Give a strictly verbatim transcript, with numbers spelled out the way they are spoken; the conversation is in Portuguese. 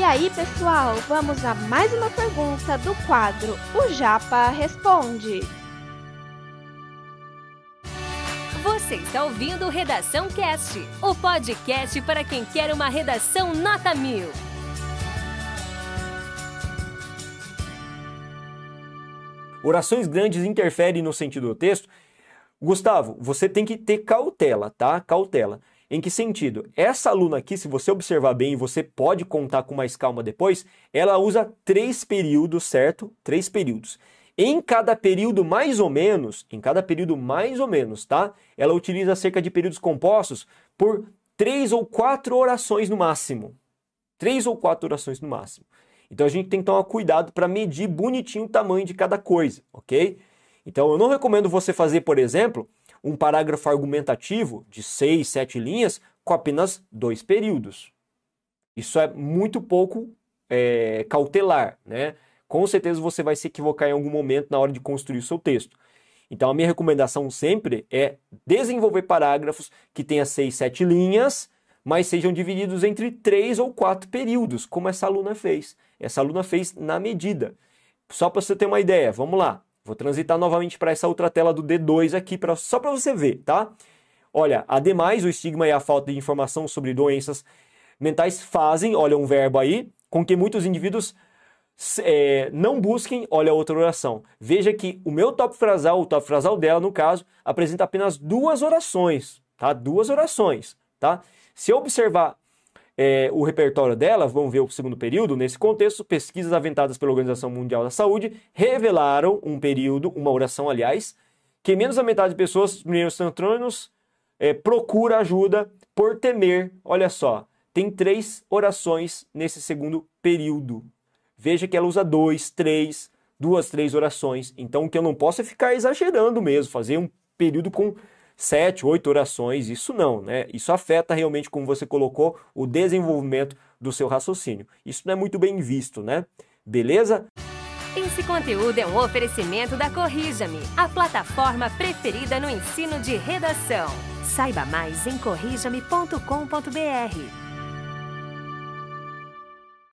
aí, pessoal, vamos a mais uma pergunta do quadro O Japa Responde. Você está ouvindo o Redação Cast, o podcast para quem quer uma redação nota mil. Orações grandes interferem no sentido do texto? Gustavo, você tem que ter cautela, tá? Cautela. Em que sentido? Essa aluna aqui, se você observar bem, e você pode contar com mais calma depois, ela usa três períodos, certo? Três períodos. Em cada período, mais ou menos, em cada período, mais ou menos, tá? Ela utiliza cerca de períodos compostos por três ou quatro orações no máximo. Três ou quatro orações no máximo. Então a gente tem que tomar cuidado para medir bonitinho o tamanho de cada coisa, ok? Então eu não recomendo você fazer, por exemplo, um parágrafo argumentativo de seis, sete linhas com apenas dois períodos. Isso é muito pouco é, cautelar, né? Com certeza você vai se equivocar em algum momento na hora de construir o seu texto. Então a minha recomendação sempre é desenvolver parágrafos que tenham seis, sete linhas, mas sejam divididos entre três ou quatro períodos, como essa aluna fez. Essa aluna fez na medida. Só para você ter uma ideia, vamos lá. Vou transitar novamente para essa outra tela do D dois aqui, pra, só para você ver, tá? Olha, ademais, o estigma e a falta de informação sobre doenças mentais fazem, olha um verbo aí, com que muitos indivíduos é, não busquem, olha outra oração. Veja que o meu top frasal, o top frasal dela, no caso, apresenta apenas duas orações, tá? Duas orações, tá? Se eu observar é, o repertório dela, vamos ver o segundo período, nesse contexto, pesquisas aventadas pela Organização Mundial da Saúde revelaram um período, uma oração, aliás, que menos da metade de pessoas, os primeiros centrônios, é, procura ajuda por temer. Olha só, tem três orações nesse segundo período. Veja que ela usa dois, três, duas, três orações. Então, o que eu não posso é ficar exagerando mesmo, fazer um período com sete, oito orações, isso não, né? Isso afeta realmente, como você colocou, o desenvolvimento do seu raciocínio. Isso não é muito bem visto, né? Beleza? Esse conteúdo é um oferecimento da Corrija-me, a plataforma preferida no ensino de redação. Saiba mais em corrija me ponto com ponto br.